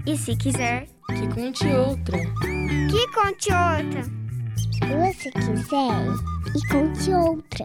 E se quiser, que conte outra. que conte outra. Se você quiser, e conte outra.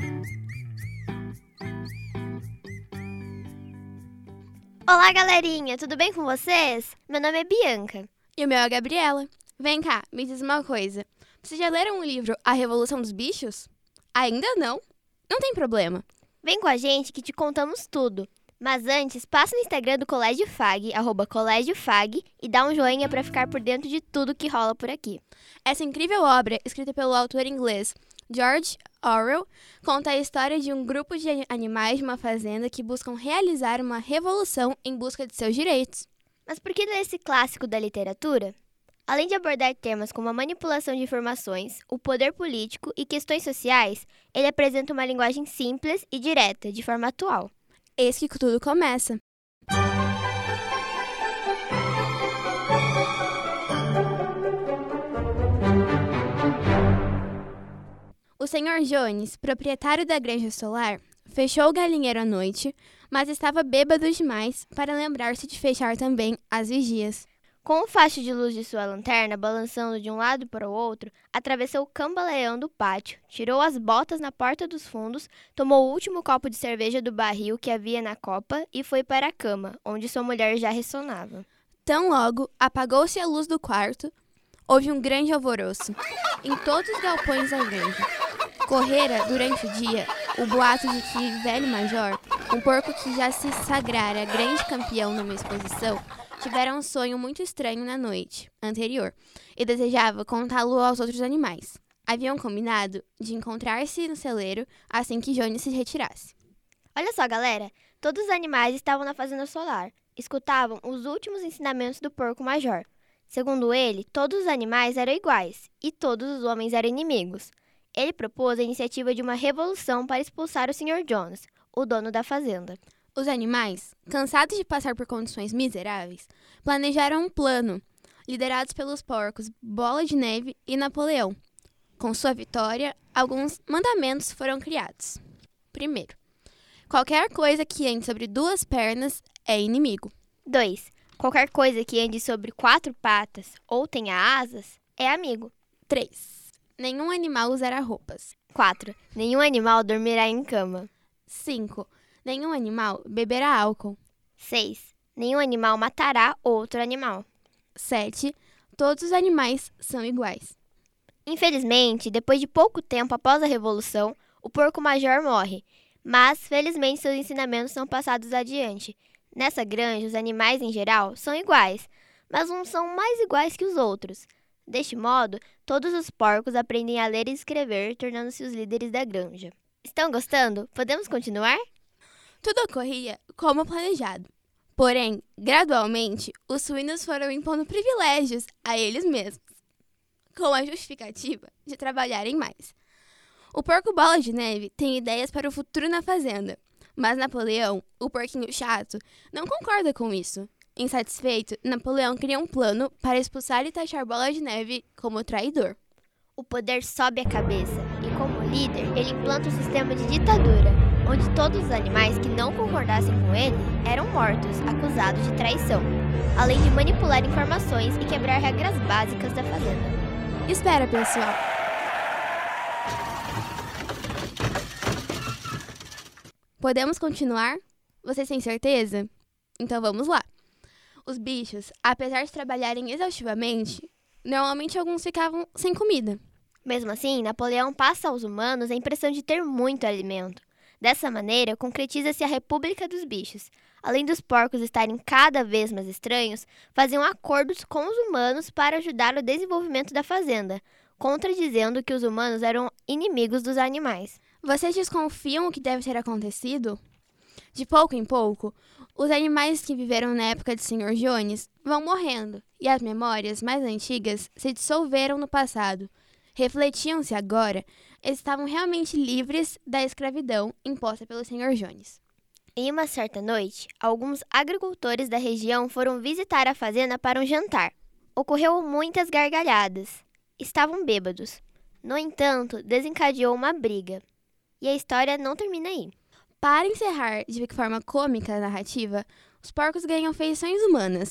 Olá, galerinha, tudo bem com vocês? Meu nome é Bianca. E o meu é a Gabriela. Vem cá, me diz uma coisa. Vocês já leram o livro A Revolução dos Bichos? Ainda não? Não tem problema. Vem com a gente que te contamos tudo. Mas antes, passa no Instagram do Colégio FAG, @ColégioFag, e dá um joinha para ficar por dentro de tudo que rola por aqui. Essa incrível obra, escrita pelo autor inglês George Orwell, conta a história de um grupo de animais de uma fazenda que buscam realizar uma revolução em busca de seus direitos. Mas por que ler esse clássico da literatura? Além de abordar temas como a manipulação de informações, o poder político e questões sociais, ele apresenta uma linguagem simples e direta, de forma atual. Eis que tudo começa. O Sr. Jones, proprietário da granja solar, fechou o galinheiro à noite, mas estava bêbado demais para lembrar-se de fechar também as vigias. Com o facho de luz de sua lanterna balançando de um lado para o outro, atravessou o cambaleão do pátio, tirou as botas na porta dos fundos, tomou o último copo de cerveja do barril que havia na copa e foi para a cama, onde sua mulher já ressonava. Tão logo apagou-se a luz do quarto, houve um grande alvoroço em todos os galpões da granja. Correra, durante o dia, o boato de que velho major, um porco que já se sagrara grande campeão numa exposição, tivera um sonho muito estranho na noite anterior e desejava contá-lo aos outros animais. Haviam combinado de encontrar-se no celeiro assim que Jones se retirasse. Olha só, galera, todos os animais estavam na fazenda solar, escutavam os últimos ensinamentos do porco major. Segundo ele, todos os animais eram iguais e todos os homens eram inimigos. Ele propôs a iniciativa de uma revolução para expulsar o Sr. Jones, o dono da fazenda. Os animais, cansados de passar por condições miseráveis, planejaram um plano, liderados pelos porcos Bola de Neve e Napoleão. Com sua vitória, alguns mandamentos foram criados. Primeiro, qualquer coisa que ande sobre 2 pernas é inimigo. 2. Qualquer coisa que ande sobre 4 patas ou tenha asas é amigo. 3. Nenhum animal usará roupas. 4. Nenhum animal dormirá em cama. 5. Nenhum animal beberá álcool. 6. Nenhum animal matará outro animal. 7. Todos os animais são iguais. Infelizmente, depois de pouco tempo após a Revolução, o porco major morre, mas felizmente seus ensinamentos são passados adiante. Nessa granja, os animais em geral são iguais, mas uns são mais iguais que os outros. Deste modo, todos os porcos aprendem a ler e escrever, tornando-se os líderes da granja. Estão gostando? Podemos continuar? Tudo ocorria como planejado. Porém, gradualmente, os suínos foram impondo privilégios a eles mesmos, com a justificativa de trabalharem mais. O porco Bola de Neve tem ideias para o futuro na fazenda, mas Napoleão, o porquinho chato, não concorda com isso. Insatisfeito, Napoleão cria um plano para expulsar e taxar Bola de Neve como traidor. O poder sobe a cabeça e, como líder, ele implanta um sistema de ditadura, onde todos os animais que não concordassem com ele eram mortos, acusados de traição, além de manipular informações e quebrar regras básicas da fazenda. Espera, pessoal. Podemos continuar? Vocês têm certeza? Então vamos lá. Os bichos, apesar de trabalharem exaustivamente, normalmente alguns ficavam sem comida. Mesmo assim, Napoleão passa aos humanos a impressão de ter muito alimento. Dessa maneira, concretiza-se a República dos Bichos. Além dos porcos estarem cada vez mais estranhos, faziam acordos com os humanos para ajudar no desenvolvimento da fazenda, contradizendo que os humanos eram inimigos dos animais. Vocês desconfiam o que deve ter acontecido? De pouco em pouco, os animais que viveram na época de Sr. Jones vão morrendo, e as memórias mais antigas se dissolveram no passado. Refletiam-se agora, eles estavam realmente livres da escravidão imposta pelo Sr. Jones. Em uma certa noite, alguns agricultores da região foram visitar a fazenda para um jantar. Ocorreu muitas gargalhadas. Estavam bêbados. No entanto, desencadeou uma briga. E a história não termina aí. Para encerrar de forma cômica a narrativa, os porcos ganham feições humanas,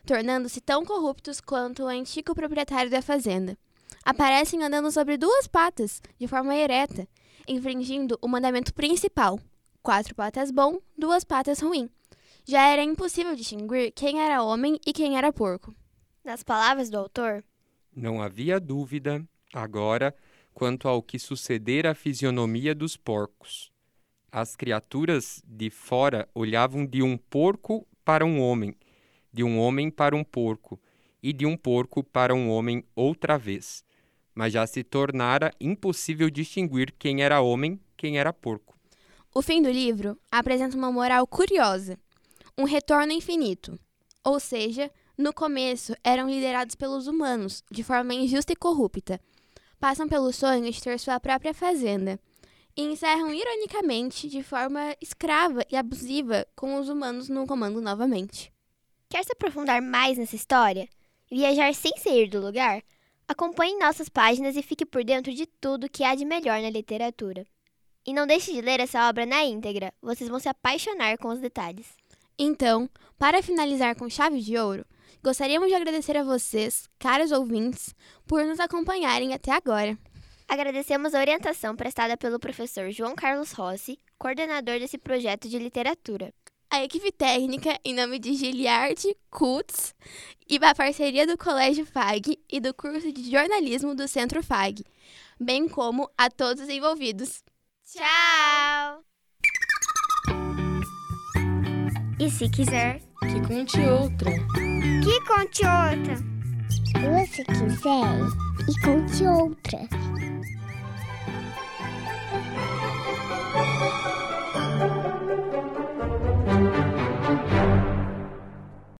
tornando-se tão corruptos quanto o antigo proprietário da fazenda. Aparecem andando sobre 2 patas, de forma ereta, infringindo o mandamento principal: 4 patas bom, 2 patas ruim. Já era impossível distinguir quem era homem e quem era porco. Nas palavras do autor, não havia dúvida, agora, quanto ao que sucedera à fisionomia dos porcos. As criaturas de fora olhavam de um porco para um homem, de um homem para um porco, e de um porco para um homem outra vez. Mas já se tornara impossível distinguir quem era homem, quem era porco. O fim do livro apresenta uma moral curiosa, um retorno infinito. Ou seja, no começo eram liderados pelos humanos, de forma injusta e corrupta. Passam pelo sonho de ter sua própria fazenda. E encerram ironicamente, de forma escrava e abusiva, com os humanos no comando novamente. quer se aprofundar mais nessa história? Viajar sem sair do lugar? Acompanhe nossas páginas e fique por dentro de tudo que há de melhor na literatura. E não deixe de ler essa obra na íntegra, vocês vão se apaixonar com os detalhes. Então, para finalizar com chave de ouro, gostaríamos de agradecer a vocês, caros ouvintes, por nos acompanharem até agora. Agradecemos a orientação prestada pelo professor João Carlos Rossi, coordenador desse projeto de literatura. A equipe técnica, em nome de Giliard Kutz, e a parceria do Colégio FAG e do curso de jornalismo do Centro FAG, bem como a todos os envolvidos. Tchau! E se quiser que conte outra. que conte outra. Se você quiser e conte outra.